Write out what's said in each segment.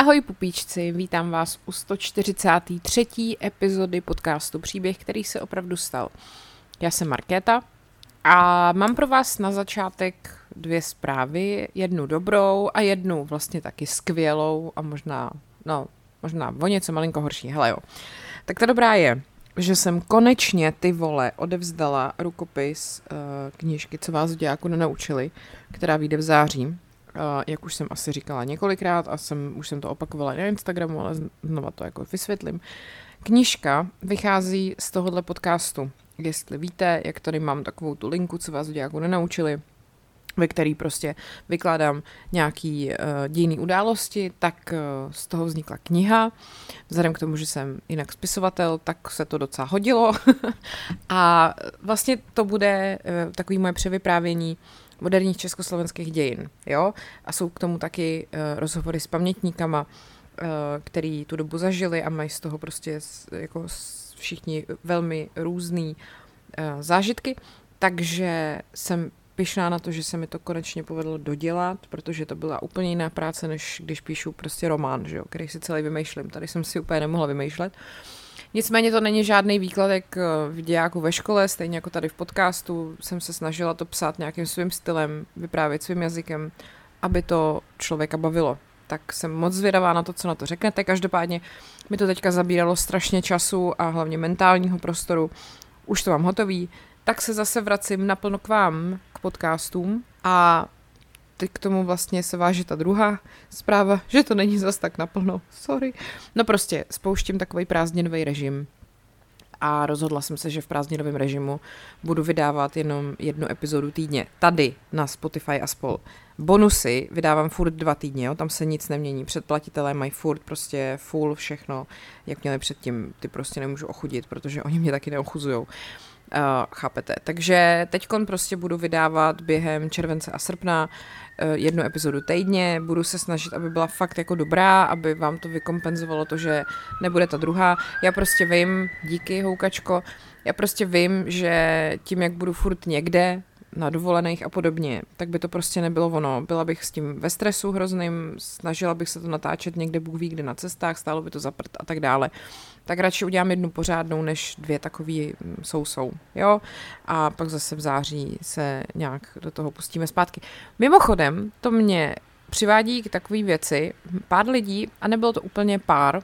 Ahoj pupíčci, vítám vás u 143. epizody podcastu Příběh, který se opravdu stal. Já jsem Markéta a mám pro vás na začátek dvě zprávy, jednu dobrou a jednu vlastně taky skvělou a možná o něco malinko horší. Hele jo. Tak ta dobrá je, že jsem konečně ty vole odevzdala rukopis knížky, co vás v dějáku nenaučili, která vyjde v září. Jak už jsem asi říkala několikrát a už jsem to opakovala na Instagramu, ale znova to jako vysvětlím. Knížka vychází z tohohle podcastu. Jestli víte, jak tady mám takovou tu linku, co vás v dějáku nenaučili, ve který prostě vykládám nějaký dějinný události, tak z toho vznikla kniha. Vzhledem k tomu, že jsem jinak spisovatel, tak se to docela hodilo. A vlastně to bude takový moje převyprávění moderních československých dějin, jo? A jsou k tomu taky rozhovory s pamětníkama, který tu dobu zažili a mají z toho prostě jako všichni velmi různý zážitky, takže jsem pyšná na to, že se mi to konečně povedlo dodělat, protože to byla úplně jiná práce, než když píšu prostě román, že jo, který si celý vymýšlím. Tady jsem si úplně nemohla vymýšlet. Nicméně to není žádný výkladek v dějáku ve škole, stejně jako tady v podcastu jsem se snažila to psát nějakým svým stylem, vyprávět svým jazykem, aby to člověka bavilo. Tak jsem moc zvědavá na to, co na to řeknete. Každopádně mi to teďka zabíralo strašně času a hlavně mentálního prostoru. Už to mám hotový, tak se zase vracím naplno k vám, k podcastům a teď k tomu vlastně se váže ta druhá zpráva, že to není zas tak naplno, sorry. No prostě spouštím takový prázdninový režim a rozhodla jsem se, že v prázdninovém režimu budu vydávat jenom jednu epizodu týdně. Tady na Spotify a spol. Bonusy vydávám furt 2 týdně, jo? Tam se nic nemění. Předplatitelé mají furt prostě full všechno, jak měli předtím. Ty prostě nemůžu ochudit, protože oni mě taky neochuzujou. Chápete. Takže teďkon prostě budu vydávat během července a srpna jednu epizodu týdně, budu se snažit, aby byla fakt jako dobrá, aby vám to vykompenzovalo to, že nebude ta druhá. Já prostě vím, díky houkačko, já prostě vím, že tím, jak budu furt někde na dovolených a podobně, tak by to prostě nebylo ono. Byla bych s tím ve stresu hrozným, snažila bych se to natáčet někde Bůh ví kde na cestách, stálo by to za prd a tak dále. Tak radši udělám jednu pořádnou, než 2 takový jsou, jo? A pak zase v září se nějak do toho pustíme zpátky. Mimochodem, to mě přivádí k takové věci. Pár lidí, a nebylo to úplně pár,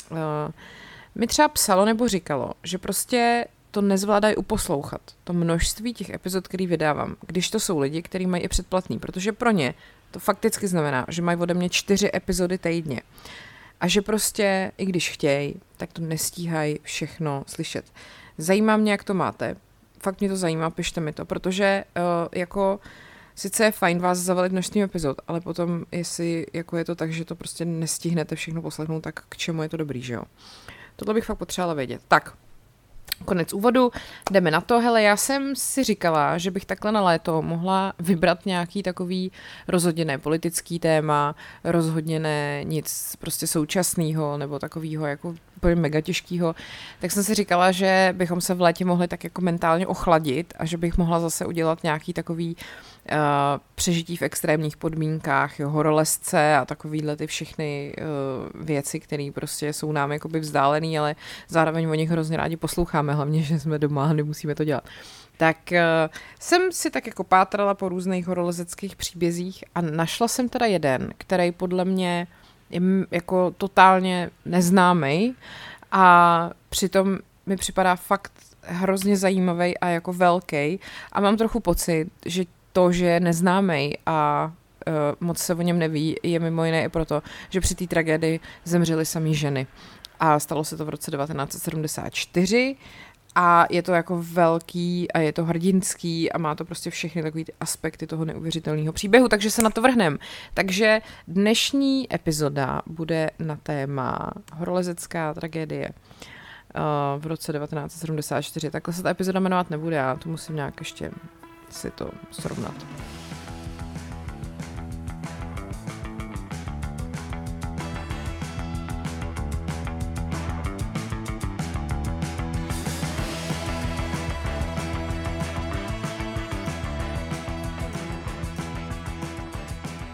mi třeba psalo nebo říkalo, že prostě to nezvládají uposlouchat. To množství těch epizod, který vydávám, když to jsou lidi, kteří mají i předplatný, protože pro ně to fakticky znamená, že mají ode mě 4 epizody týdně. A že prostě, i když chtějí, tak to nestíhají všechno slyšet. Zajímá mě, jak to máte. Fakt mě to zajímá, pište mi to, protože jako sice je fajn vás zavalit množstvím epizod, ale potom, jestli jako je to tak, že to prostě nestihnete všechno poslechnout, tak k čemu je to dobrý, že jo? Tohle bych fakt potřebovala vědět. Tak, konec úvodu, jdeme na to. Hele, já jsem si říkala, že bych takhle na léto mohla vybrat nějaký takový rozhodně ne politický téma, rozhodně ne nic prostě současného nebo takového jako úplně mega těžkýho. Tak jsem si říkala, že bychom se v létě mohli tak jako mentálně ochladit a že bych mohla zase udělat nějaký takový přežití v extrémních podmínkách, jo, horolezce a takovýhle ty všechny věci, které prostě jsou nám jakoby vzdálený, ale zároveň o nich hrozně rádi posloucháme, hlavně, že jsme doma a nemusíme to dělat. Tak jsem si tak jako pátrala po různých horolezeckých příbězích a našla jsem teda jeden, který podle mě je jako totálně neznámý a přitom mi připadá fakt hrozně zajímavý a jako velký a mám trochu pocit, že to, že je neznámý a moc se o něm neví, je mimo jiné i proto, že při té tragédii zemřely samý ženy. A stalo se to v roce 1974 a je to jako velký a je to hrdinský a má to prostě všechny takový ty aspekty toho neuvěřitelného příběhu, takže se na to vrhneme. Takže dnešní epizoda bude na téma horolezecká tragédie v roce 1974. Takhle se ta epizoda jmenovat nebude, já to musím nějak ještě si to srovnat.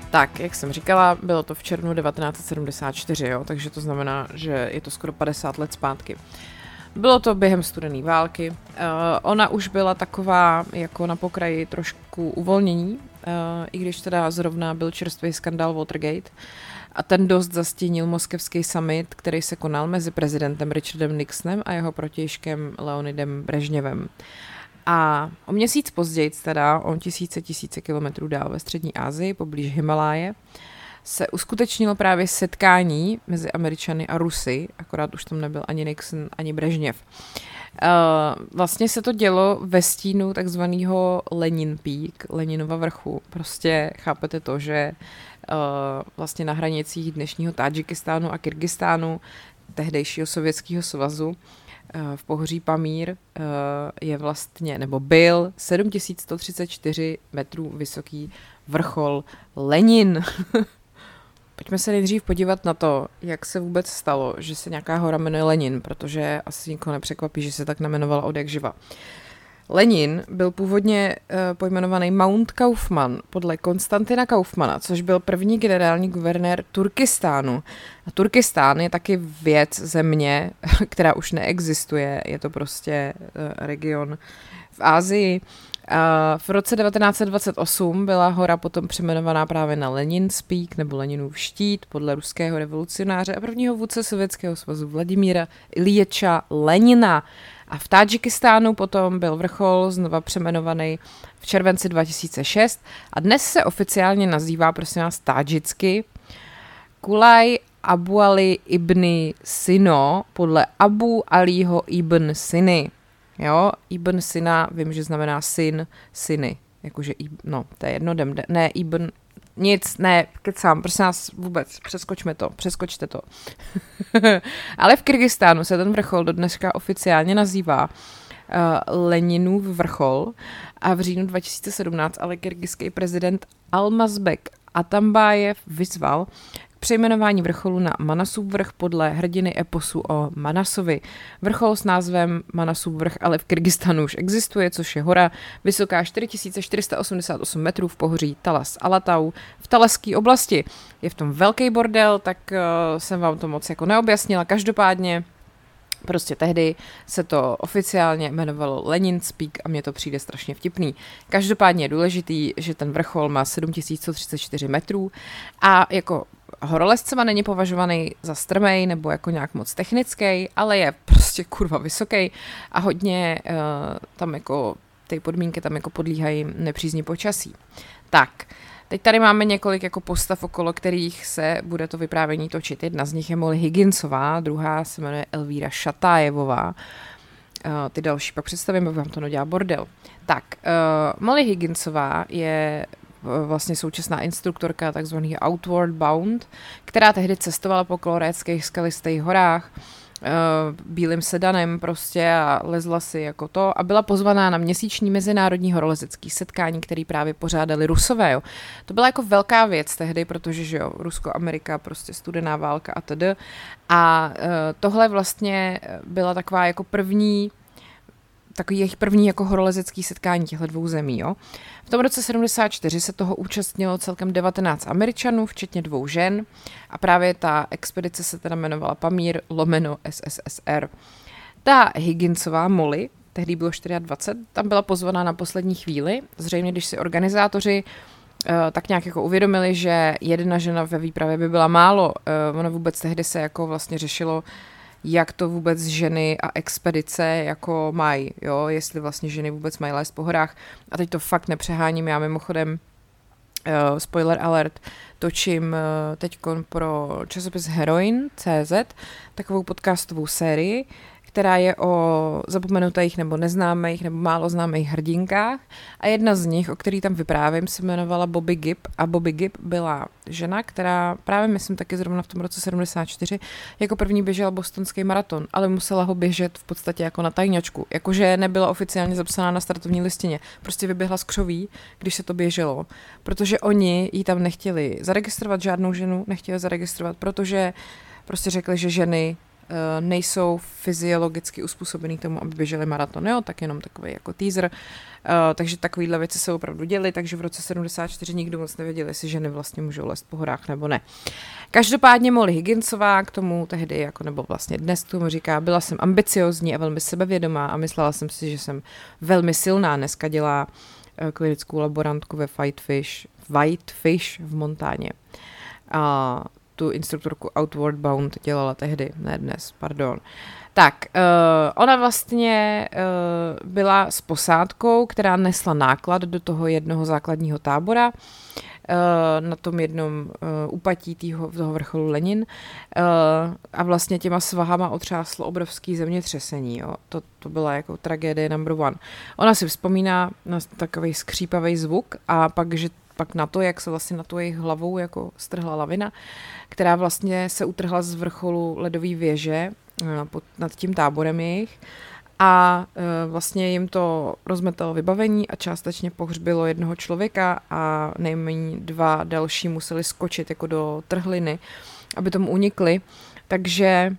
Tak, jak jsem říkala, bylo to v červnu 1974, jo, takže to znamená, že je to skoro 50 let zpátky. Bylo to během studené války. Ona už byla taková jako na pokraji trošku uvolnění, i když teda zrovna byl čerstvý skandál Watergate. A ten dost zastínil moskevský summit, který se konal mezi prezidentem Richardem Nixonem a jeho protějškem Leonidem Brežněvem. A o měsíc později, teda o tisíce kilometrů dál ve střední Asii, poblíž Himaláje, se uskutečnilo právě setkání mezi Američany a Rusy, akorát už tam nebyl ani Nixon, ani Brežněv. Vlastně se to dělo ve stínu takzvaného Lenin Peak, Leninova vrchu. Prostě chápete to, že vlastně na hranicích dnešního Tádžikistánu a Kyrgyzstánu, tehdejšího Sovětského svazu, v pohoří Pamír je vlastně, nebo byl 7134 metrů vysoký vrchol Lenin. Pojďme se nejdřív podívat na to, jak se vůbec stalo, že se nějaká hora jmenuje Lenin, protože asi nikoho nepřekvapí, že se tak nejmenovala od jak živa. Lenin byl původně pojmenovaný Mount Kaufman podle Konstantina Kaufmana, což byl první generální guvernér Turkistánu. A Turkistán je taky věc země, která už neexistuje, je to prostě region v Asii. V roce 1928 byla hora potom přejmenovaná právě na Lenin's Peak nebo Leninův štít podle ruského revolucionáře a prvního vůdce Sovětského svazu Vladimíra Iljiča Lenina. A v Tádžikistánu potom byl vrchol znova přejmenovaný v červenci 2006 a dnes se oficiálně nazývá, prosím vás, tádžicky Kulaj Abu Ali ibn Sino podle Abu Alího ibn Siny. Jo, Ibn Sina, vím, že znamená syn, syny. Jakože, no, to je jedno, ne, Ibn, nic, ne, kecám, prosím nás vůbec, přeskočte to. Ale v Kyrgyzstánu se ten vrchol do dneška oficiálně nazývá Leninův vrchol a v říjnu 2017 ale kyrgyzský prezident Almazbek Atambájev vyzval k přejmenování vrcholu na Manasův vrch podle hrdiny eposu o Manasovi. Vrchol s názvem Manasův vrch ale v Kyrgyzstánu už existuje, což je hora vysoká 4488 metrů v pohoří Talas Alatau v Talaské oblasti. Je v tom velký bordel, tak jsem vám to moc jako neobjasnila. Každopádně prostě tehdy se to oficiálně jmenovalo Lenin's Peak a mně to přijde strašně vtipný. Každopádně je důležitý, že ten vrchol má 7134 metrů a jako horolezcema není považovaný za strmej nebo jako nějak moc technický, ale je prostě kurva vysoký a hodně tam jako ty podmínky tam jako podlíhají nepřízni počasí. Tak, teď tady máme několik jako postav, okolo kterých se bude to vyprávění točit. Jedna z nich je Molly Higginsová, druhá se jmenuje Elvíra Šatájevová. Ty další pak představím, aby vám to nedělá bordel. Tak, Molly Higginsová je vlastně současná instruktorka takzvaného Outward Bound, která tehdy cestovala po kolorédských skalistých horách bílým sedanem prostě a lezla si jako to a byla pozvaná na měsíční mezinárodní horolezecký setkání, který právě pořádali Rusové. Jo. To byla jako velká věc tehdy, protože že jo, Rusko-Amerika, prostě studená válka a td. A tohle vlastně byla taková jako takový jejich první jako horolezecký setkání těchto dvou zemí. Jo. V tom roce 74 se toho účastnilo celkem 19 Američanů, včetně 2 žen a právě ta expedice se teda jmenovala Pamír / SSSR. Ta Higginsová Molly, tehdy bylo 24, tam byla pozvaná na poslední chvíli, zřejmě když si organizátoři tak nějak jako uvědomili, že jedna žena ve výpravě by byla málo. Ono vůbec tehdy se jako vlastně řešilo, jak to vůbec ženy a expedice jako mají, jo, jestli vlastně ženy vůbec mají lézt po horách. A teď to fakt nepřeháním, já mimochodem, spoiler alert, točím teďkon pro časopis Heroin.cz takovou podcastovou sérii, která je o zapomenutých nebo neznámých nebo málo známých hrdinkách a jedna z nich, o který tam vyprávím, se jmenovala Bobby Gibb a Bobby Gibb byla žena, která právě myslím taky zrovna v tom roce 74 jako první běžela bostonský maraton, ale musela ho běžet v podstatě jako na tajňačku, jakože nebyla oficiálně zapsaná na startovní listině, prostě vyběhla z křoví, když se to běželo, protože oni jí tam nechtěli zaregistrovat, žádnou ženu nechtěli zaregistrovat, protože prostě řekli, že ženy nejsou fyziologicky uspůsobený tomu, aby běželi maraton, jo, tak jenom takový jako teaser. Takže takovýhle věci se opravdu děly, takže v roce 74 nikdo moc nevěděl, jestli ženy vlastně můžou lézt po horách nebo ne. Každopádně Molly Higginsová k tomu tehdy, jako nebo vlastně dnes k tomu říká, byla jsem ambiciozní a velmi sebevědomá a myslela jsem si, že jsem velmi silná. Dneska dělá klinickou laborantku ve Whitefish v Montáně. A tu instruktorku Outward Bound dělala tehdy, ne dnes, pardon. Tak, ona vlastně byla s posádkou, která nesla náklad do toho jednoho základního tábora na tom jednom úpatí toho vrcholu Lenin a vlastně těma svahama otřáslo obrovský zemětřesení. Jo. To byla jako tragédie number one. Ona si vzpomíná na takový skřípavý zvuk a pak na to, jak se vlastně na tu jejich hlavou jako strhla lavina, která vlastně se utrhla z vrcholu ledové věže nad tím táborem jejich a vlastně jim to rozmetalo vybavení a částečně pohřbilo jednoho člověka a nejméně 2 další museli skočit jako do trhliny, aby tomu unikli. Takže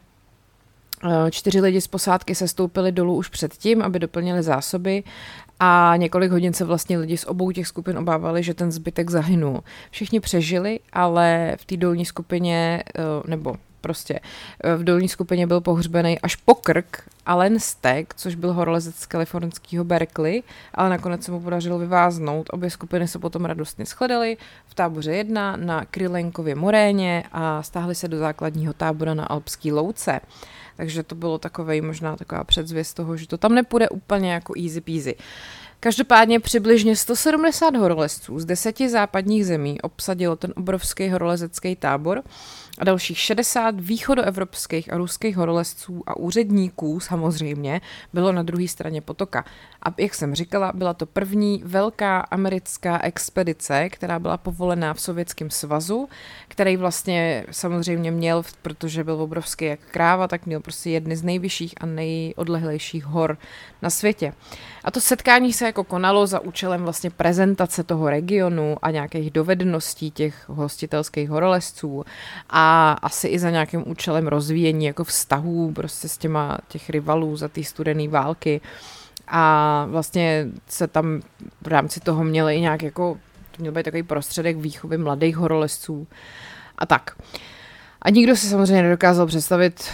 4 lidi z posádky se stoupili dolů už předtím, aby doplnili zásoby a několik hodin se vlastně lidi z obou těch skupin obávali, že ten zbytek zahynul. Všichni přežili, ale v té dolní skupině, nebo prostě v dolní skupině byl pohřbený až po krk Alan Stack, což byl horolezec z kalifornského Berkeley, ale nakonec se mu podařilo vyváznout. Obě skupiny se potom radostně shledaly v táboře 1 na Krylenkově moréně a stáhli se do základního tábora na Alpský louce. Takže to bylo možná taková předzvěst toho, že to tam nepůjde úplně jako easy peasy. Každopádně přibližně 170 horolezců z 10 západních zemí obsadilo ten obrovský horolezecký tábor a dalších 60 východoevropských a ruských horolezců a úředníků samozřejmě bylo na druhé straně potoka. A jak jsem říkala, byla to první velká americká expedice, která byla povolená v Sovětském svazu, který vlastně samozřejmě měl, protože byl obrovský jak kráva, tak měl prostě jedny z nejvyšších a nejodlehlejších hor na světě. A to setkání se jako konalo za účelem vlastně prezentace toho regionu a nějakých dovedností těch hostitelských horolezců a asi i za nějakým účelem rozvíjení jako vztahů prostě s těch rivalů za té studené války. A vlastně se tam v rámci toho měli i nějak jako, to měl být takový prostředek výchovy mladých horolezců a tak. A nikdo si samozřejmě nedokázal představit,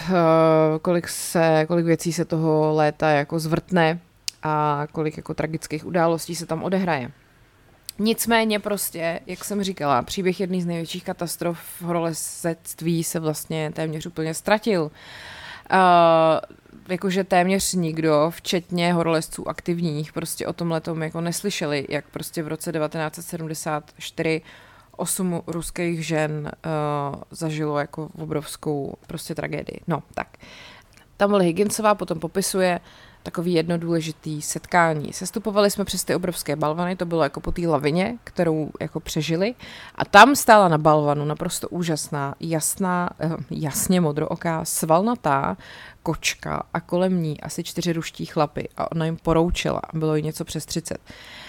kolik věcí se toho léta jako zvrtne a kolik jako tragických událostí se tam odehraje. Nicméně prostě, jak jsem říkala, příběh jedné z největších katastrof v horolezectví se vlastně téměř úplně ztratil. Jakože téměř nikdo, včetně horolezců aktivních, prostě o tomhletom jako neslyšeli, jak prostě v roce 1974 8 ruských žen zažilo jako obrovskou prostě tragédii. No, tak. Tam Molly Higginsová potom popisuje takový jedno důležitý setkání. Sestupovali jsme přes ty obrovské balvany, to bylo jako po té lavině, kterou jako přežili a tam stála na balvanu naprosto úžasná, jasně modrooká, svalnatá kočka a kolem ní asi 4 ruští chlapy a ona jim poroučela, bylo jí něco přes 30.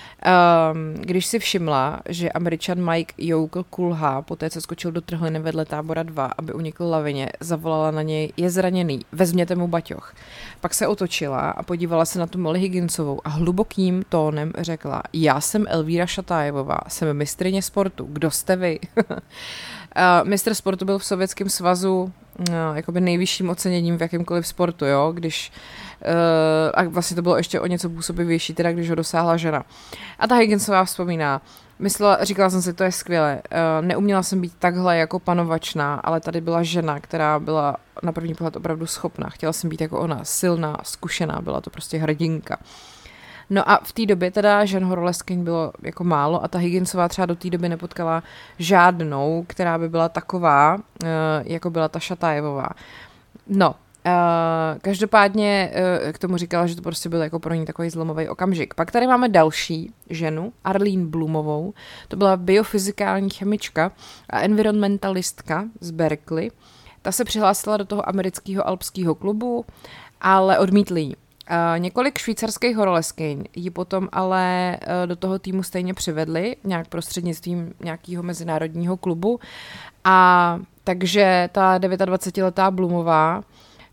Když si všimla, že Američan Mike Yokel kulhá, poté co skočil do trhliny vedle tábora 2, aby unikl lavině, zavolala na něj, je zraněný, vezměte mu baťoch. Pak se otočila a podívala se na tu Molly Higginsovou a hlubokým tónem řekla, já jsem Elvíra Šatájevová, jsem mistryně sportu, kdo jste vy? Mistr sportu byl v Sovětském svazu jakoby nejvyšším oceněním v jakýmkoliv sportu, jo, když a vlastně to bylo ještě o něco působivější, teda když ho dosáhla žena. A ta Higginsová vzpomíná, říkala jsem si, to je skvělé, neuměla jsem být takhle jako panovačná, ale tady byla žena, která byla na první pohled opravdu schopná, chtěla jsem být jako ona, silná, zkušená, byla to prostě hrdinka. No a v té době teda žen horolezkyň bylo jako málo a ta Higginsová třeba do té doby nepotkala žádnou, která by byla taková, jako byla ta Šatájevová. No, každopádně k tomu říkala, že to prostě byl jako pro ní takový zlomový okamžik. Pak tady máme další ženu, Arlene Bloomovou, to byla biofyzikální chemička a environmentalistka z Berkeley. Ta se přihlásila do toho amerického alpského klubu, ale odmítli ji. Několik švýcarských horolezkyň ji potom ale do toho týmu stejně přivedli, nějak prostřednictvím nějakého mezinárodního klubu. A takže ta 29letá Bloomová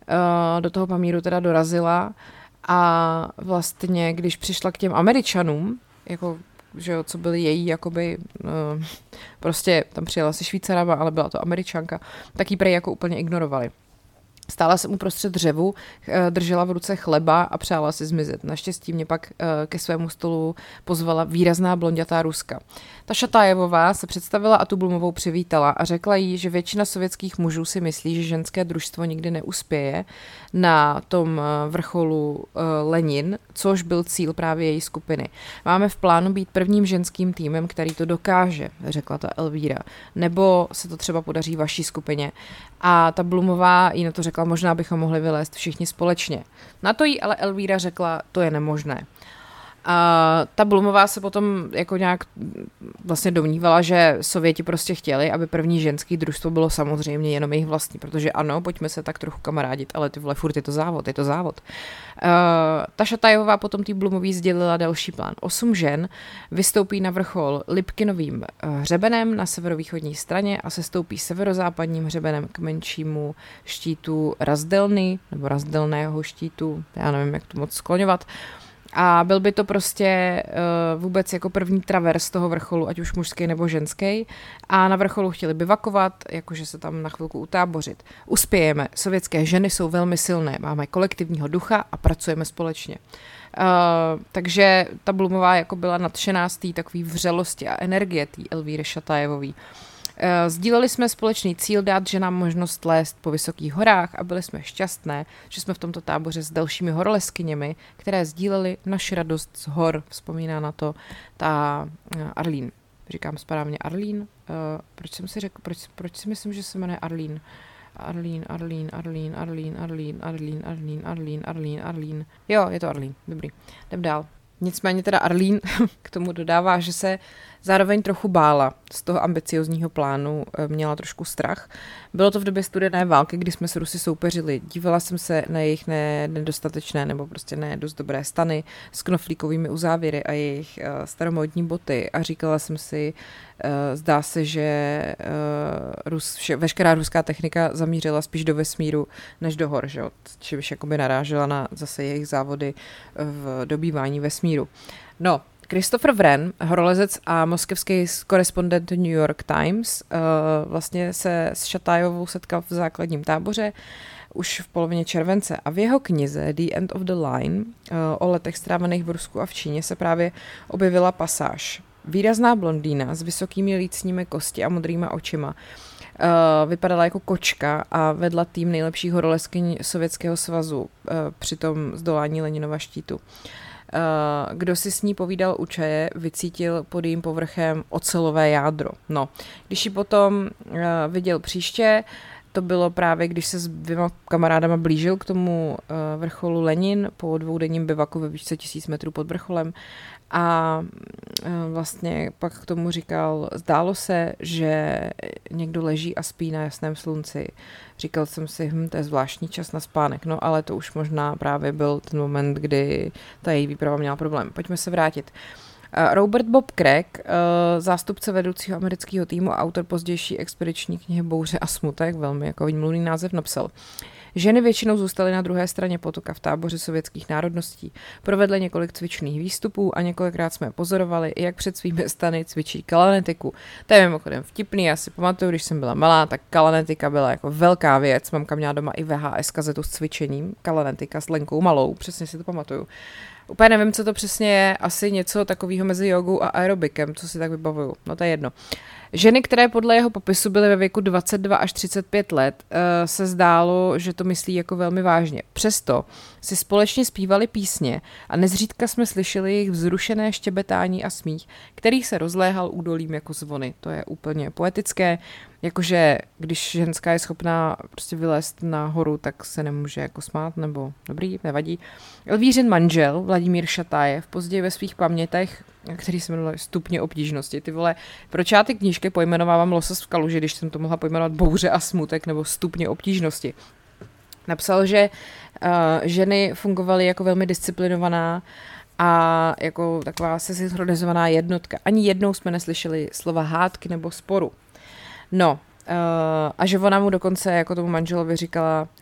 do toho Pamíru teda dorazila a vlastně, když přišla k těm Američanům, jako, že jo, co byli její, jakoby, prostě tam přijela si Švýcarama, ale byla to Američanka, tak ji prej jako úplně ignorovali. Stála jsem uprostřed dřevu, držela v ruce chleba a přála si zmizet. Naštěstí mě pak ke svému stolu pozvala výrazná blondětá Ruska. Ta Šatajevová se představila a tu Blumovou přivítala a řekla jí, že většina sovětských mužů si myslí, že ženské družstvo nikdy neuspěje na tom vrcholu Lenin, což byl cíl právě její skupiny. Máme v plánu být prvním ženským týmem, který to dokáže, řekla ta Elvíra. Nebo se to třeba podaří vaší skupině. A ta Blumová jí na to řekla, možná bychom mohli vylézt všichni společně. Na to jí ale Elvíra řekla, to je nemožné. A ta Blumová se potom jako nějak vlastně domnívala, že Sověti prostě chtěli, aby první ženský družstvo bylo samozřejmě jenom jejich vlastní, protože ano, pojďme se tak trochu kamarádit, ale ty vole, furt je to závod. Ta Šatajová potom tý Blumový sdělila další plán. 8 žen vystoupí na vrchol Lipkinovým hřebenem na severovýchodní straně a sestoupí severozápadním hřebenem k menšímu štítu Razdelny, nebo Razdelného štítu, já nevím, jak to moc skloňovat. A byl by to prostě vůbec jako první travers toho vrcholu, ať už mužský nebo ženský. A na vrcholu chtěli bivakovat, jakože se tam na chvilku utábořit. Uspějeme, sovětské ženy jsou velmi silné, máme kolektivního ducha a pracujeme společně. Takže ta Blumová jako byla nadšená z té takové vřelosti a energie té Elvíry Šatajevový. Sdíleli jsme společný cíl dát ženám možnost lézt po vysokých horách a byli jsme šťastné, že jsme v tomto táboře s dalšími horolezkyněmi, které sdíleli naši radost z hor. Vzpomíná na to ta Arlín. Říkám správně Arlín? Proč si myslím, že se jmenuje Arlín? Arlín. Jo, je to Arlín. Dobrý. Jdem dál. Nicméně teda Arlín k tomu dodává, že se zároveň trochu bála z toho ambiciozního plánu, měla trošku strach. Bylo to v době studené války, kdy jsme s Rusy soupeřili. Dívala jsem se na jejich nedostatečné nebo prostě ne dost dobré stany s knoflíkovými uzávěry a jejich staromódní boty a říkala jsem si, zdá se, že veškerá ruská technika zamířila spíš do vesmíru než do hor, že jo? Čímž jakoby narážela na zase jejich závody v dobývání vesmíru. No, Christopher Wren, horolezec a moskevský korespondent New York Times, vlastně se s Šatajovou setkal v základním táboře už v polovině července a v jeho knize The End of the Line o letech strávených v Rusku a v Číně se právě objevila pasáž. Výrazná blondýna s vysokými lícními kosti a modrýma očima vypadala jako kočka a vedla tým nejlepších horolezkyň Sovětského svazu při tom zdolání Leninova štítu. Kdo si s ní povídal u čaje, vycítil pod jejím povrchem ocelové jádro. No, když ji potom viděl příště, to bylo právě, když se s 2 kamarádama blížil k tomu vrcholu Lenin po 2denním bivaku ve výšce 1000 metrů pod vrcholem a vlastně pak k tomu říkal, zdálo se, že někdo leží a spí na jasném slunci. Říkal jsem si, to je zvláštní čas na spánek, no ale to už možná právě byl ten moment, kdy ta její výprava měla problém. Pojďme se vrátit. Robert Bob Craig, zástupce vedoucího amerického týmu a autor pozdější expediční knihy Bouře a smutek, velmi jako výmluvný název, napsal: Ženy většinou zůstaly na druhé straně potoka v táboře sovětských národností. Provedly několik cvičných výstupů a několikrát jsme pozorovali, jak před svými stany cvičí kalanetiku. To je mimochodem vtipný, já si pamatuju, když jsem byla malá, tak kalanetika byla jako velká věc. Mamka měla doma i VHS kazetu s cvičením, kalanetika s Lenkou malou, přesně si to pamatuju. Úplně nevím, co to přesně je, asi něco takového mezi jogou a aerobikem, co si tak vybavuju. No to je jedno. Ženy, které podle jeho popisu byly ve věku 22 až 35 let, se zdálo, že to myslí jako velmi vážně. Přesto si společně zpívali písně a nezřídka jsme slyšeli jejich vzrušené štěbetání a smích, který se rozléhal údolím jako zvony. To je úplně poetické, jakože když ženská je schopná prostě vylézt na horu, tak se nemůže jako smát, nebo dobrý, nevadí. Elvířin manžel Vladimír Šatajev později ve svých pamětech, který se jmenoval Stupně obtížnosti. Ty vole, proč já ty knížky pojmenovávám Losos v kaluži, když jsem to mohla pojmenovat Bouře a smutek nebo Stupně obtížnosti. Napsal, že ženy fungovaly jako velmi disciplinovaná a jako taková synchronizovaná jednotka. Ani jednou jsme neslyšeli slova hádky nebo sporu. No, a že ona mu dokonce jako tomu manželovi říkala,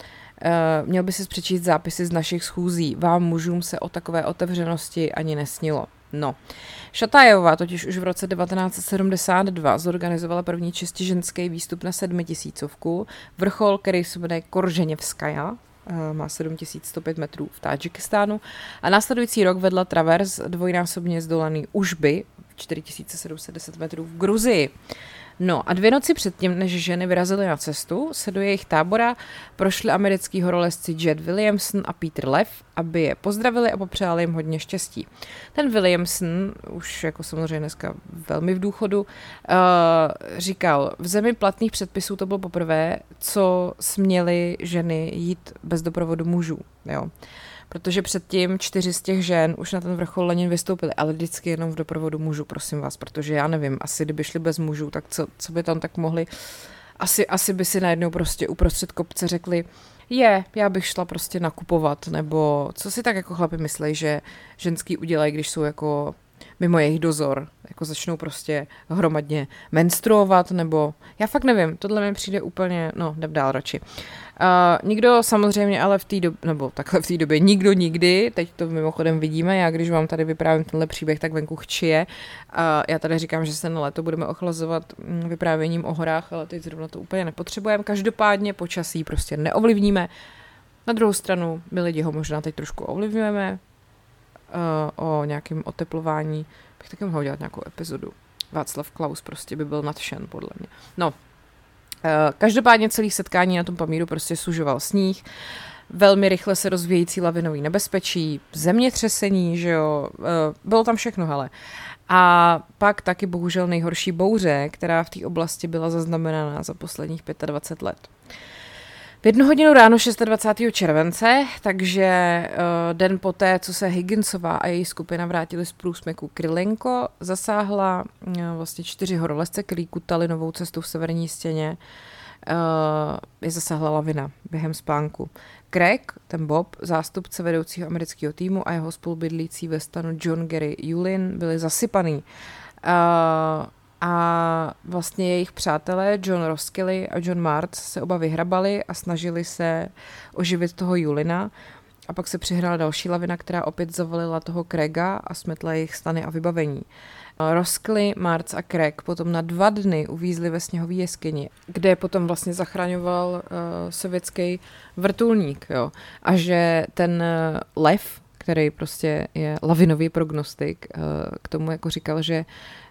Měl by si přečíst zápisy z našich schůzí. Vám mužům se o takové otevřenosti ani nesnilo. No. Šatajová totiž už v roce 1972 zorganizovala první čistě ženský výstup na 7000, vrchol, který se jmenuje Korženěvskaja, má 7105 metrů v Tádžikistánu a následující rok vedla travers dvojnásobně zdolaný Užby 4710 metrů v Gruzii. No a 2 noci předtím, než ženy vyrazily na cestu, se do jejich tábora prošli americký horolezci Jed Williamson a Peter Lev, aby je pozdravili a popřáli jim hodně štěstí. Ten Williamson, už jako samozřejmě dneska velmi v důchodu, říkal, v zemi platných předpisů to bylo poprvé, co směly ženy jít bez doprovodu mužů, jo. Protože předtím 4 z těch žen už na ten vrchol Lenin vystoupili, ale vždycky jenom v doprovodu mužů, prosím vás, protože já nevím, asi kdyby šli bez mužů, tak co by tam tak mohli, asi by si najednou prostě uprostřed kopce řekli, já bych šla prostě nakupovat, nebo co si tak jako chlapi myslej, že ženský udělají, když jsou jako mimo jejich dozor, jako začnou prostě hromadně menstruovat, nebo já fakt nevím, tohle mi přijde úplně, no, jdem dál radši. Nikdo samozřejmě ale v té době, nebo takhle v té době, nikdo nikdy, teď to mimochodem vidíme, já když vám tady vyprávím tenhle příběh, tak venku chčije. Já tady říkám, že se na léto budeme ochlazovat vyprávěním o horách, ale teď zrovna to úplně nepotřebujeme. Každopádně počasí prostě neovlivníme. Na druhou stranu, my lidi ho možná teď trošku ovlivňujeme, o nějakém oteplování, bych taky mohla udělat nějakou epizodu. Václav Klaus prostě by byl nadšen, podle mě. No, každopádně celý setkání na tom Pamíru prostě sužoval sníh, velmi rychle se rozvíjející lavinový nebezpečí, zemětřesení, že jo, bylo tam všechno, hele. A pak taky bohužel nejhorší bouře, která v té oblasti byla zaznamenána za posledních 25 let. V 1 hodinu ráno 26. července, takže den poté, co se Higginsová a její skupina vrátili z průsmyku Krylenko, zasáhla vlastně 4 horolezce, který kutali novou cestu v severní stěně. Je zasáhla lavina během spánku. Craig, ten Bob, zástupce vedoucího amerického týmu a jeho spolubydlící ve stanu John Gary Yulin byli zasypaný. A vlastně jejich přátelé John Roskilly a John Martz se oba vyhrabali a snažili se oživit toho Julina. A pak se přihnala další lavina, která opět zavalila toho Craiga a smetla jejich stany a vybavení. Roskilly, Martz a Craig potom na 2 dny uvízli ve sněhové jeskyni, kde potom vlastně zachraňoval sovětský vrtulník. Jo. A že ten Lev, který prostě je lavinový prognostik, k tomu jako říkal, že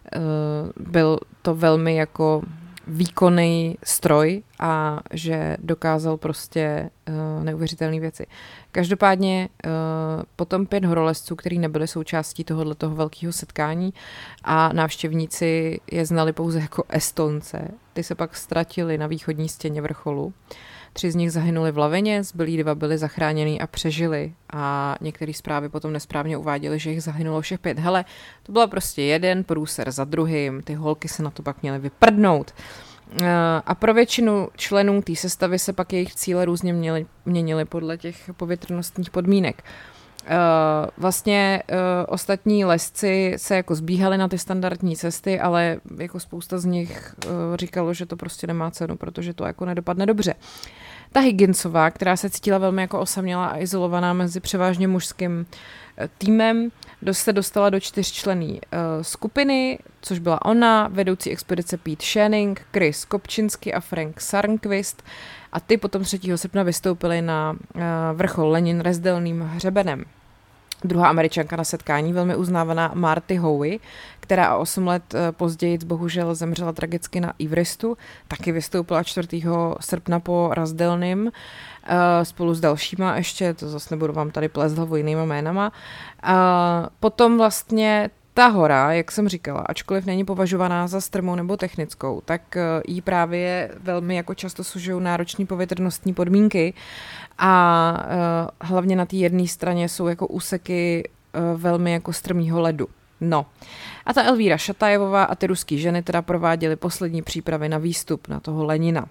byl to velmi jako výkonný stroj a že dokázal prostě neuvěřitelné věci. Každopádně potom 5 horolezců, kteří nebyli součástí tohoto velkého setkání a návštěvníci je znali pouze jako Estonce, ty se pak ztratili na východní stěně vrcholu. 3 z nich zahynuli v lavině, zbylí 2 byli zachráněni a přežili a některé zprávy potom nesprávně uváděly, že jich zahynulo všech 5. Hele, to byl prostě jeden průser za druhým, ty holky se na to pak měly vyprdnout. A pro většinu členů té sestavy se pak jejich cíle různě měnily podle těch povětrnostních podmínek. Vlastně ostatní lezci se jako zbíhali na ty standardní cesty, ale jako spousta z nich říkalo, že to prostě nemá cenu, protože to jako nedopadne dobře. Ta Higginsová, která se cítila velmi jako osamělá a izolovaná mezi převážně mužským týmem, se dostala do 4členné skupiny, což byla ona, vedoucí expedice Pete Shanning, Chris Kopčinsky a Frank Sarnquist a ty potom 3. srpna vystoupili na vrchol Lenin rezdelným hřebenem. Druhá Američanka na setkání, velmi uznávaná Marty Howe, která o 8 let později bohužel zemřela tragicky na Everestu, taky vystoupila 4. srpna po Razdelným spolu s dalšíma, ještě to zase nebudu vám tady plést hlavu jinýma jménama. Potom vlastně ta hora, jak jsem říkala, ačkoliv není považovaná za strmou nebo technickou, tak jí právě velmi jako často sužují náročné povětrnostní podmínky a hlavně na té jedné straně jsou jako úseky velmi jako strmýho ledu. No. A ta Elvíra Šatajevová a ty ruský ženy teda prováděly poslední přípravy na výstup na toho Lenina.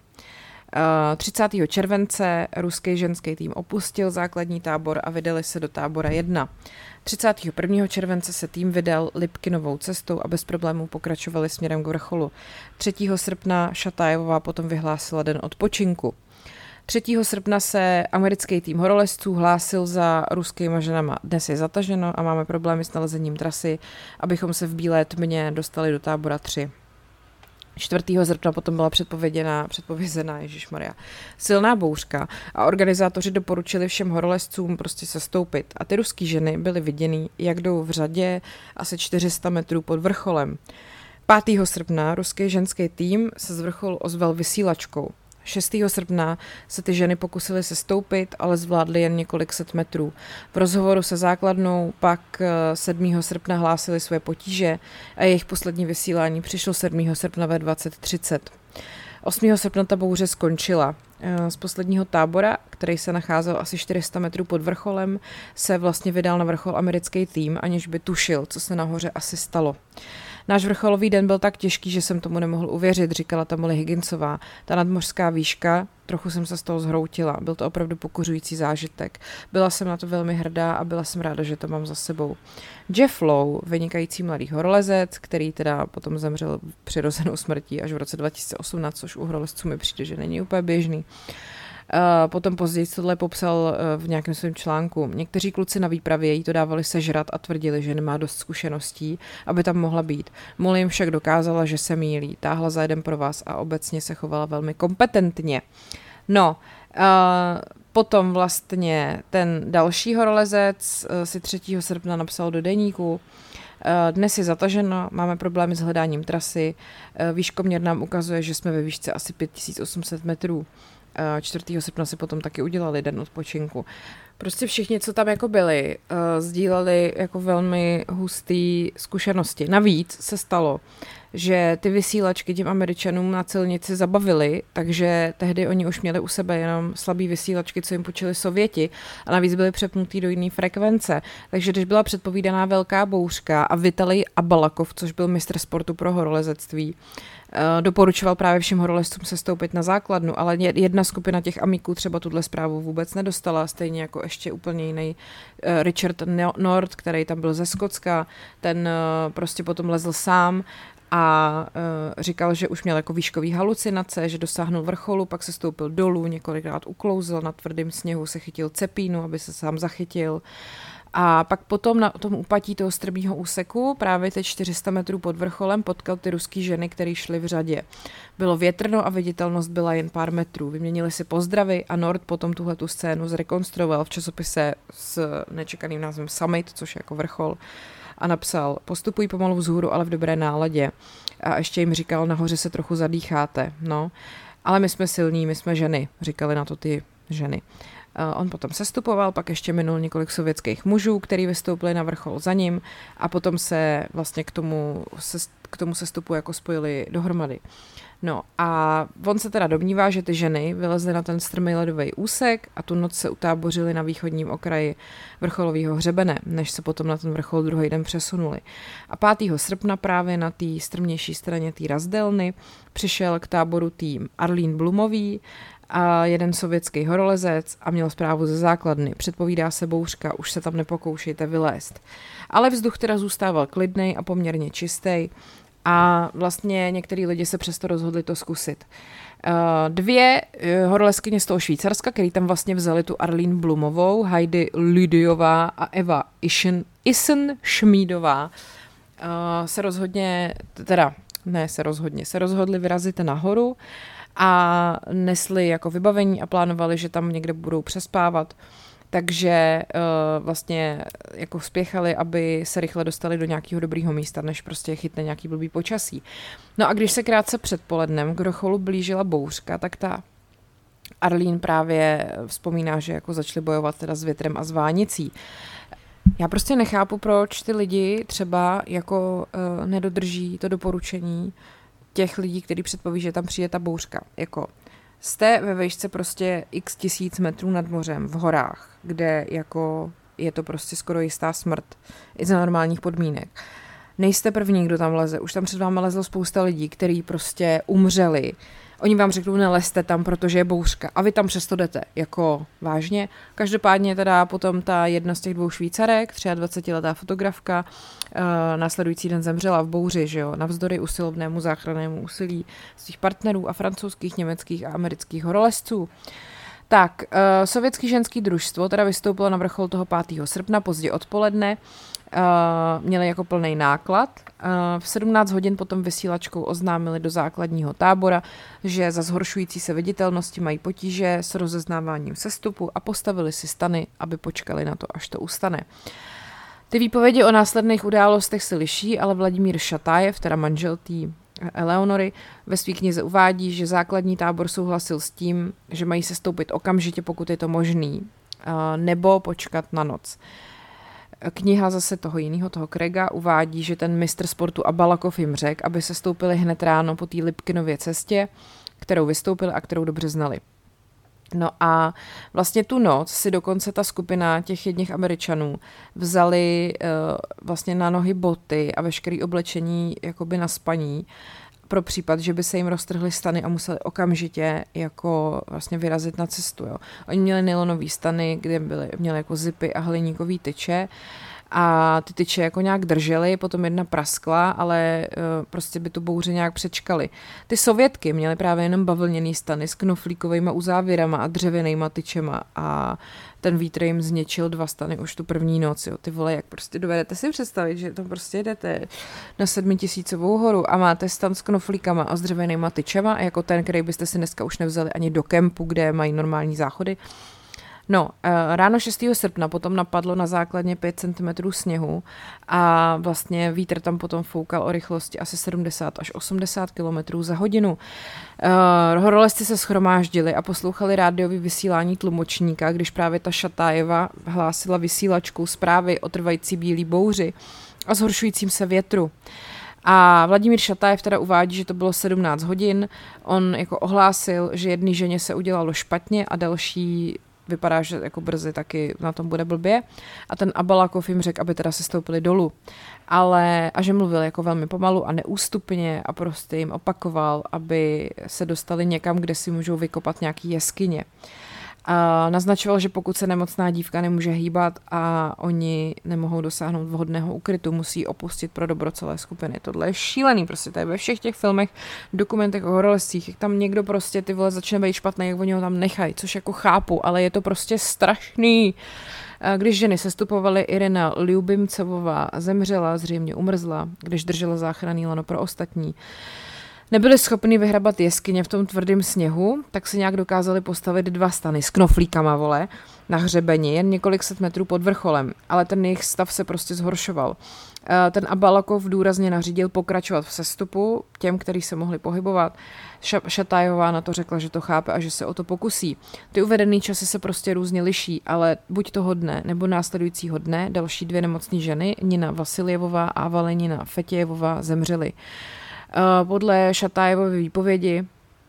30. července ruský ženský tým opustil základní tábor a vydali se do tábora 1. 31. července se tým vydal Lipkinovou cestou a bez problémů pokračovali směrem k vrcholu. 3. srpna Šatajevová potom vyhlásila den odpočinku. 3. srpna se americký tým horolezců hlásil za ruskýma ženama. Dnes je zataženo a máme problémy s nalezením trasy, abychom se v bílé tmě dostali do tábora 3. 4. srpna potom byla předpovězená ježišmarja, silná bouřka a organizátoři doporučili všem horolezcům prostě sestoupit. A ty ruský ženy byly viděný, jak jdou v řadě asi 400 metrů pod vrcholem. 5. srpna ruský ženský tým se z vrcholu ozval vysílačkou. 6. srpna se ty ženy pokusily sestoupit, ale zvládly jen několik set metrů. V rozhovoru se základnou pak 7. srpna hlásili své potíže a jejich poslední vysílání přišlo 7. srpna ve 20:30. 8. srpna ta bouře skončila. Z posledního tábora, který se nacházel asi 400 metrů pod vrcholem, se vlastně vydal na vrchol americký tým, aniž by tušil, co se nahoře asi stalo. Náš vrcholový den byl tak těžký, že jsem tomu nemohl uvěřit, říkala ta Molly Higginsová. Ta nadmořská výška, trochu jsem se z toho zhroutila. Byl to opravdu pokořující zážitek. Byla jsem na to velmi hrdá a byla jsem ráda, že to mám za sebou. Jeff Lowe, vynikající mladý horolezec, který teda potom zemřel přirozenou smrtí až v roce 2018, což u horolezců mi přijde, že není úplně běžný. Potom později tohle popsal v nějakém svém článku. Někteří kluci na výpravě jí to dávali sežrat a tvrdili, že nemá dost zkušeností, aby tam mohla být. Molly jim však dokázala, že se mýlí. Táhla za jeden pro vás a obecně se chovala velmi kompetentně. No, potom vlastně ten další horolezec si 3. srpna napsal do deníku: dnes je zataženo, máme problémy s hledáním trasy, výškoměr nám ukazuje, že jsme ve výšce asi 5800 metrů. 4. srpna si potom taky udělali den odpočinku. Prostě všichni, co tam jako byli, sdíleli jako velmi hustý zkušenosti. Navíc se stalo, že ty vysílačky těm Američanům na silnici zabavily, takže tehdy oni už měli u sebe jenom slabý vysílačky, co jim půjčili Sověti, a navíc byly přepnutý do jiné frekvence. Takže když byla předpovídaná velká bouřka a Vitalij Abalakov, což byl mistr sportu pro horolezectví, doporučoval právě všem horolezcům sestoupit na základnu, ale jedna skupina těch amíků třeba tuhle zprávu vůbec nedostala, stejně jako ještě úplně jiný Richard Nord, který tam byl ze Skotska, ten prostě potom lezl sám a říkal, že už měl jako výškový halucinace, že dosáhnul vrcholu, pak se stoupil dolů, několikrát uklouzl na tvrdém sněhu, se chytil cepínu, aby se sám zachytil. A pak potom na tom úpatí toho strbního úseku, právě teď 400 metrů pod vrcholem, potkal ty ruský ženy, které šly v řadě. Bylo větrno a viditelnost byla jen pár metrů. Vyměnili si pozdravy a Nord potom tuhletu scénu zrekonstruoval v časopise s nečekaným názvem Summit, což je jako vrchol, a napsal: postupují pomalu vzhůru, ale v dobré náladě. A ještě jim říkal: nahoře se trochu zadýcháte. No, ale my jsme silní, my jsme ženy, říkali na to ty ženy. On potom sestupoval, pak ještě minul několik sovětských mužů, kteří vystoupili na vrchol za ním, a potom se vlastně k tomu sestupu jako spojili dohromady. No a on se teda domnívá, že ty ženy vylezly na ten strmý ledový úsek a tu noc se utábořily na východním okraji vrcholového hřebene, než se potom na ten vrchol druhý den přesunuli. A 5. srpna právě na té strmější straně té razdelny přišel k táboru tým Arlene Blumový a jeden sovětský horolezec a měl zprávu ze základny. Předpovídá se bouřka, už se tam nepokoušejte vylézt. Ale vzduch teda zůstával klidnej a poměrně čistý a vlastně některý lidi se přesto rozhodli to zkusit. 2 horolezkyně z toho Švýcarska, který tam vzali tu Arlene Blumovou, Heidi Lydiová a Eva Isen-Šmídová, se rozhodli vyrazit nahoru a nesli jako vybavení a plánovali, že tam někde budou přespávat. Takže vlastně jako spěchali, aby se rychle dostali do nějakého dobrého místa, než prostě chytne nějaký blbý počasí. No a když se krátce předpolednem k vrcholu blížila bouřka, tak ta Arlene právě vzpomíná, že jako začali bojovat teda s větrem a s vánicí. Já prostě nechápu, proč ty lidi třeba jako nedodrží to doporučení těch lidí, kteří předpoví, že tam přijde ta bouřka. Jako jste ve výšce prostě x tisíc metrů nad mořem v horách, kde jako je to prostě skoro jistá smrt i za normálních podmínek. Nejste první, kdo tam leze. Už tam před vámi lezlo spousta lidí, kteří prostě umřeli. Oni vám řeknou, nelezte tam, protože je bouřka. A vy tam přesto jdete. Jako vážně. Každopádně teda potom ta jedna z těch 2 Švýcarek, 23letá fotografka, následující den zemřela v bouři, že jo, navzdory usilovnému záchrannému úsilí svých partnerů a francouzských, německých a amerických horolezců. Tak, sovětský ženský družstvo teda vystoupilo na vrchol toho 5. srpna pozdě odpoledne, měli jako plný náklad. V 17 hodin potom vysílačkou oznámili do základního tábora, že za zhoršující se viditelnosti mají potíže s rozeznáváním sestupu a postavili si stany, aby počkali na to, až to ustane. Ty výpovědi o následných událostech se liší, ale Vladimír Šatájev, teda manžel té Eleonory, ve své knize uvádí, že základní tábor souhlasil s tím, že mají sestoupit okamžitě, pokud je to možný, nebo počkat na noc. Kniha zase toho jiného, toho Craiga, uvádí, že ten mistr sportu Abalakov jim řekl, aby se stoupili hned ráno po té Lipkinově cestě, kterou vystoupili a kterou dobře znali. No a vlastně tu noc si dokonce ta skupina těch jedních Američanů vzali vlastně na nohy boty a veškeré oblečení jakoby na spaní pro případ, že by se jim roztrhly stany a museli okamžitě jako vlastně vyrazit na cestu. Jo. Oni měli nylonový stany, kde měli jako zipy a hliníkový tyče a ty tyče jako nějak držely, potom jedna praskla, ale prostě by tu bouři nějak přečkali. Ty Sovětky měly právě jenom bavlněný stany s knoflíkovejma uzávěrama a dřevěnejma tyčema a ten vítr jim zničil 2 stany už tu první noc. Jo. Ty vole, jak prostě dovedete si představit, že tam prostě jdete na 7000 horu a máte stan s knoflíkama a s dřevěnejma tyčema, jako ten, který byste si dneska už nevzali ani do kempu, kde mají normální záchody. No, ráno 6. srpna potom napadlo na základně 5 cm sněhu a vlastně vítr tam potom foukal o rychlosti asi 70 až 80 km za hodinu. Horolezci se shromáždili a poslouchali rádiové vysílání tlumočníka, když právě ta Šatájeva hlásila vysílačkou zprávy o trvající bílý bouři a zhoršujícím se větru. A Vladimír Šatájev teda uvádí, že to bylo 17 hodin. On jako ohlásil, že jedné ženě se udělalo špatně a další vypadá, že jako brzy taky na tom bude blbě. A ten Abalakov jim řekl, aby teda se stoupili dolů. A že mluvil jako velmi pomalu a neústupně a prostě jim opakoval, aby se dostali někam, kde si můžou vykopat nějaký jeskyně. A naznačoval, že pokud se nemocná dívka nemůže hýbat a oni nemohou dosáhnout vhodného ukrytu, musí opustit pro dobro celé skupiny. Tohle je šílený, prostě to je ve všech těch filmech, dokumentech o horolezcích, jak tam někdo prostě ty vole začne být špatný, jak oni ho tam nechají, což jako chápu, ale je to prostě strašný. Když ženy sestupovaly, Irina Ljubimcevová zemřela, zřejmě umrzla, když držela záchranný lano pro ostatní. Nebyli schopni vyhrabat jeskyně v tom tvrdém sněhu, tak si nějak dokázali postavit 2 stany s knoflíkama, vole, na hřebeni, jen několik set metrů pod vrcholem, ale ten jejich stav se prostě zhoršoval. Ten Abalakov důrazně nařídil pokračovat v sestupu těm, kteří se mohli pohybovat. Šatájová na to řekla, že to chápe a že se o to pokusí. Ty uvedené časy se prostě různě liší, ale buď toho dne nebo následujícího dne další 2 nemocné ženy, Nina Vasiljevová a Valenina Fetějevová, zemřely. Podle Šatájevovy výpovědi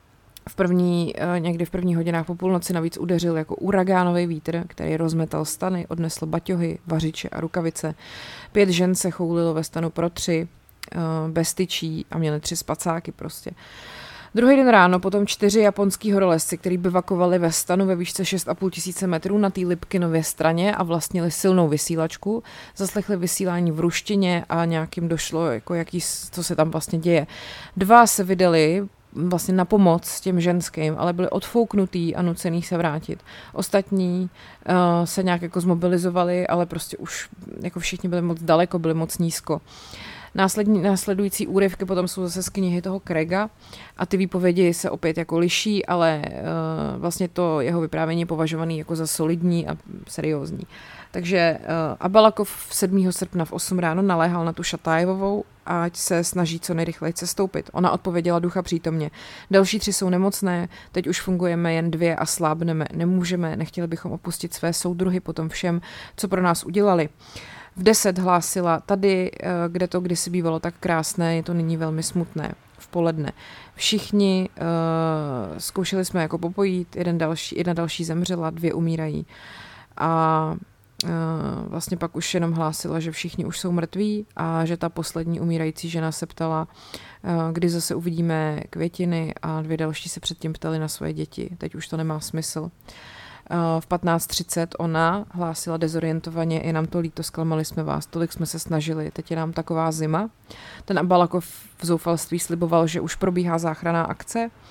někdy v prvních hodinách po půlnoci navíc udeřil jako uragánový vítr, který rozmetal stany, odnesl baťohy, vařiče a rukavice. 5 žen se choulilo ve stanu pro 3, bez tyčí a měli 3 spacáky prostě. Druhý den ráno potom 4 japonský horolezci, kteří bivakovali ve stanu ve výšce 6500 metrů na té Lipkinově straně a vlastnili silnou vysílačku, zaslechli vysílání v ruštině a nějakým došlo, jako co se tam vlastně děje. 2 se vydali vlastně na pomoc těm ženským, ale byli odfouknutý a nucený se vrátit. Ostatní se nějak jako zmobilizovali, ale prostě už jako všichni byli moc daleko, byli moc nízko. Následující úryvky potom jsou zase z knihy toho Craiga a ty výpovědi se opět jako liší, ale vlastně to jeho vyprávění je považovaný jako za solidní a seriózní. Takže Abalakov 7. srpna v 8 ráno naléhal na tu Šatájevovou, ať se snaží co nejrychleji sestoupit. Ona odpověděla ducha přítomně. Další 3 jsou nemocné, teď už fungujeme jen 2 a slábneme. Nemůžeme, nechtěli bychom opustit své soudruhy po tom všem, co pro nás udělali. V 10 hlásila, tady, kde to kdysi bývalo tak krásné, je to nyní velmi smutné, v poledne. Všichni zkoušeli jsme jako popojít, jedna další zemřela, 2 umírají. A vlastně pak už jenom hlásila, že všichni už jsou mrtví a že ta poslední umírající žena se ptala, kdy zase uvidíme květiny a 2 další se předtím ptali na svoje děti. Teď už to nemá smysl. V 15:30 ona hlásila dezorientovaně, je nám to líto, zklamali jsme vás, tolik jsme se snažili, teď je nám taková zima. Ten Abalakov v zoufalství sliboval, že už probíhá záchranná akce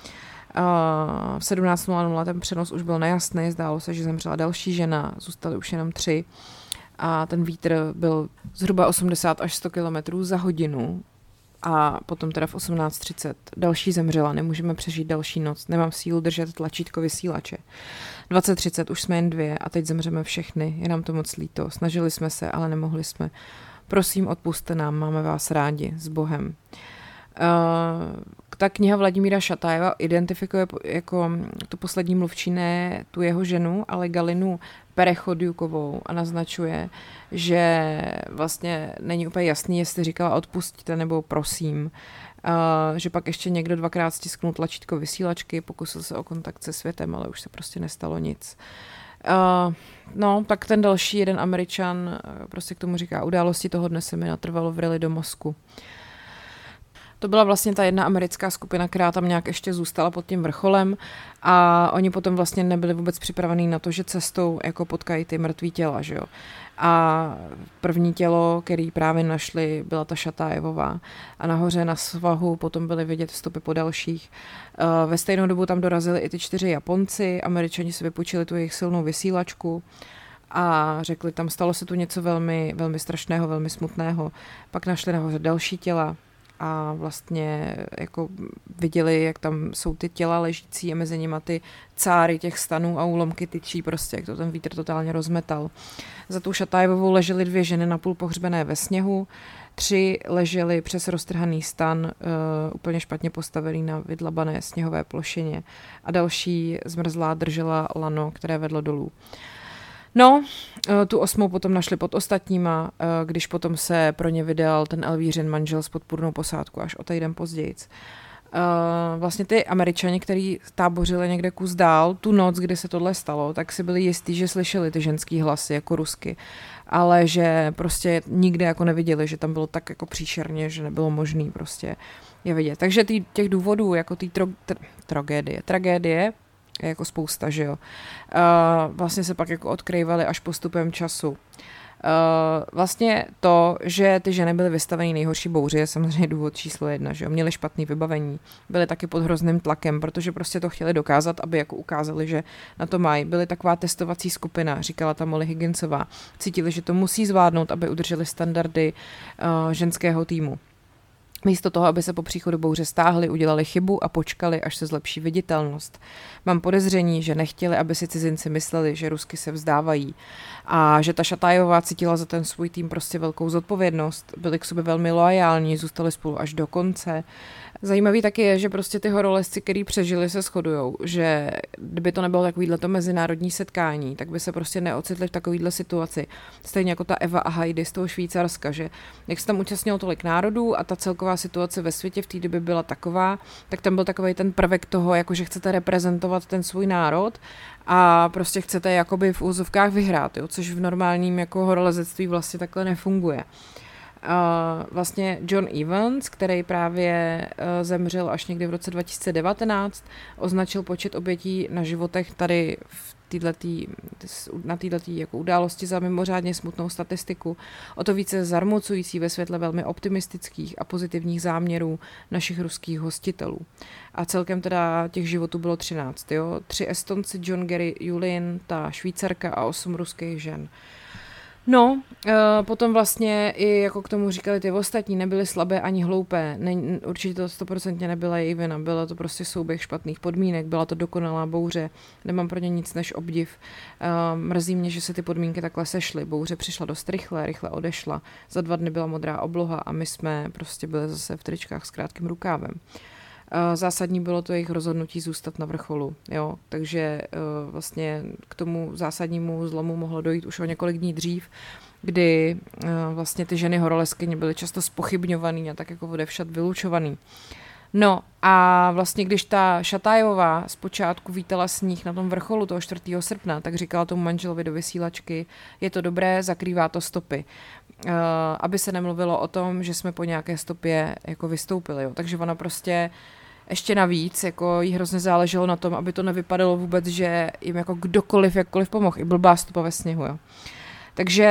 V 17:00 ten přenos už byl nejasný, zdálo se, že zemřela další žena, zůstaly už jenom 3 a ten vítr byl zhruba 80 až 100 kilometrů za hodinu a potom teda v 18:30 další zemřela, nemůžeme přežít další noc, nemám sílu držet tlačítko vysílače. 20:30 už jsme jen 2 a teď zemřeme všechny, je nám to moc líto, snažili jsme se, ale nemohli jsme. Prosím, odpusťte nám, máme vás rádi, s Bohem. Ta kniha Vladimíra Šatajeva identifikuje jako tu poslední mluvčí ne tu jeho ženu, ale Galinu Perechodjukovou a naznačuje, že vlastně není úplně jasný, jestli říkala odpustíte nebo prosím. Že pak ještě někdo 2krát stisknul tlačítko vysílačky, pokusil se o kontakt se světem, ale už se prostě nestalo nic. No, tak ten další jeden Američan prostě k tomu říká, události toho dne se mi natrvalo vrily do mozku. To byla vlastně ta jedna americká skupina, která tam nějak ještě zůstala pod tím vrcholem a oni potom vlastně nebyli vůbec připravení na to, že cestou jako potkají ty mrtvý těla, že jo. A první tělo, který právě našli, byla ta Šatajevová a nahoře na svahu potom byly vidět stopy po dalších. Ve stejnou dobu tam dorazili i ty 4 Japonci, Američani si vypůjčili tu jejich silnou vysílačku a řekli, tam stalo se tu něco velmi, velmi strašného, velmi smutného. Pak našli nahoře další těla a vlastně jako viděli, jak tam jsou ty těla ležící a mezi nimi ty cáry těch stanů a úlomky tyčí prostě, jak to ten vítr totálně rozmetal. Za tou Šatajevovou ležely 2 ženy napůl pohřbené ve sněhu, 3 ležely přes roztrhaný stan, úplně špatně postavený na vydlabané sněhové plošině a další zmrzlá držela lano, které vedlo dolů. No, tu 8. potom našli pod ostatníma, když potom se pro ně vydal ten Elvířin manžel s podpůrnou posádku až o týden později. Vlastně ty Američani, kteří tábořili někde kus dál, tu noc, kdy se tohle stalo, tak si byli jistí, že slyšeli ty ženský hlasy jako rusky, ale že prostě nikde jako neviděli, že tam bylo tak jako příšerně, že nebylo možný prostě je vidět. Takže těch důvodů, jako té tragédie, jako spousta, že jo. Vlastně se pak jako odkrývaly až postupem času. Vlastně to, že ty ženy byly vystaveny nejhorší bouři, je samozřejmě důvod číslo 1, že jo. Měly špatné vybavení, byly taky pod hrozným tlakem, protože prostě to chtěli dokázat, aby jako ukázali, že na to mají. Byly taková testovací skupina, říkala ta Molly Higginsová. Cítili, že to musí zvládnout, aby udrželi standardy ženského týmu. Místo toho, aby se po příchodu bouře stáhli, udělali chybu a počkali, až se zlepší viditelnost. Mám podezření, že nechtěli, aby si cizinci mysleli, že Rusky se vzdávají a že ta Šatajová cítila za ten svůj tým prostě velkou zodpovědnost. Byli k sobě velmi loajální, zůstali spolu až do konce. Zajímavý taky je, že prostě ty horolezci, který přežili, se shodujou, že kdyby to nebylo takovýhleto mezinárodní setkání, tak by se prostě neocitli v takovýhle situaci. Stejně jako ta Eva a Heidi z toho Švýcarska, že jak se tam účastnilo tolik národů a ta celková situace ve světě v té době byla taková, tak tam byl takový ten prvek toho, jako že chcete reprezentovat ten svůj národ a prostě chcete jakoby v úzovkách vyhrát, jo, což v normálním jako horolezectví vlastně takhle nefunguje. Vlastně John Evans, který právě zemřel až někdy v roce 2019, označil počet obětí na životech tady na této jako události za mimořádně smutnou statistiku, o to více zarmucující ve světle velmi optimistických a pozitivních záměrů našich ruských hostitelů. A celkem teda těch životů bylo 13, jo? 3 Estonci, John Gary Julin, ta Švýcarka a 8 ruských žen. No, potom vlastně i jako k tomu říkali ty ostatní, nebyly slabé ani hloupé, určitě to 100% nebyla její vina, bylo to prostě souběh špatných podmínek, byla to dokonalá bouře, nemám pro ně nic než obdiv. Mrzí mě, že se ty podmínky takhle sešly, bouře přišla dost rychle odešla, za 2 dny byla modrá obloha a my jsme prostě byli zase v tričkách s krátkým rukávem. Zásadní bylo to jejich rozhodnutí zůstat na vrcholu, jo, takže vlastně k tomu zásadnímu zlomu mohlo dojít už o několik dní dřív, kdy vlastně ty ženy horolezkyně byly často zpochybňovaný a tak jako odevšad vylučovaný. No a vlastně když ta Šatajová zpočátku vítala sníh na tom vrcholu toho 4. srpna, tak říkala tomu manželovi do vysílačky, je to dobré, zakrývá to stopy. Aby se nemluvilo o tom, že jsme po nějaké stopě jako vystoupili, jo. Takže ona prostě ještě navíc, jako jí hrozně záleželo na tom, aby to nevypadalo vůbec, že jim jako kdokoliv, jakkoliv pomohl, i blbá stopa ve sněhu, jo. Takže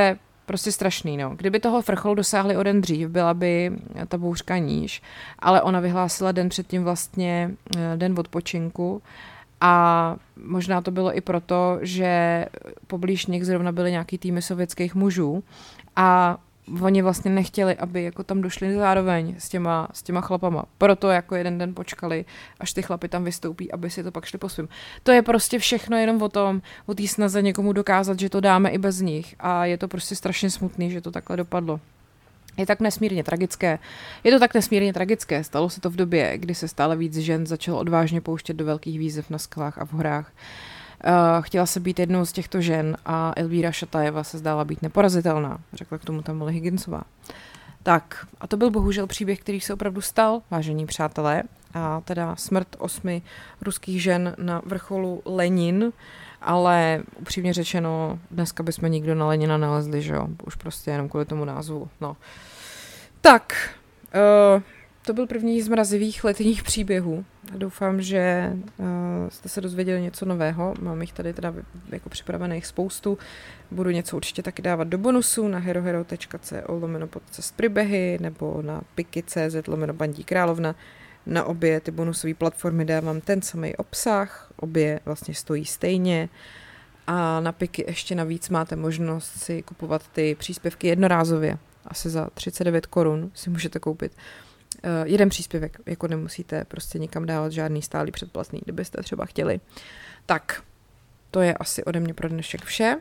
Prostě strašný, no. Kdyby toho vrcholu dosáhli o den dřív, byla by ta bouřka níž, ale ona vyhlásila den předtím vlastně den odpočinku a možná to bylo i proto, že poblíž nich zrovna byly nějaký týmy sovětských mužů a oni vlastně nechtěli, aby jako tam došli zároveň s těma chlapama. Proto jako jeden den počkali, až ty chlapy tam vystoupí, aby si to pak šli po svým. To je prostě všechno jenom o té snaze někomu dokázat, že to dáme i bez nich. A je to prostě strašně smutný, že to takhle dopadlo. Je tak nesmírně tragické. Stalo se to v době, kdy se stále víc žen začalo odvážně pouštět do velkých výzev na skalách a v horách. Chtěla se být jednou z těchto žen a Elvíra Šatajeva se zdála být neporazitelná, řekla k tomu Tamila Higginsová. Tak, a to byl bohužel příběh, který se opravdu stal, vážení přátelé, a teda smrt 8 ruských žen na vrcholu Lenin, ale upřímně řečeno, dneska bychom nikdo na Lenina nalezli, že jo, už prostě jenom kvůli tomu názvu, no. Tak, to byl první z mrazivých letních příběhů. Doufám, že jste se dozvěděli něco nového. Mám jich tady teda jako připravených spoustu. Budu něco určitě taky dávat do bonusu na herohero.co/podcastpříběhy nebo na piky.cz/Bandí královna. Na obě ty bonusové platformy dávám ten samý obsah. Obě vlastně stojí stejně. A na Piky ještě navíc máte možnost si kupovat ty příspěvky jednorázově. Asi za 39 korun si můžete koupit jeden příspěvek, jako nemusíte prostě nikam dávat žádný stálý předplatný, kdybyste třeba chtěli. Tak, to je asi ode mě pro dnešek vše.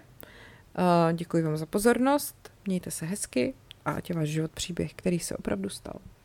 Děkuji vám za pozornost, mějte se hezky a ať je váš život příběh, který se opravdu stal.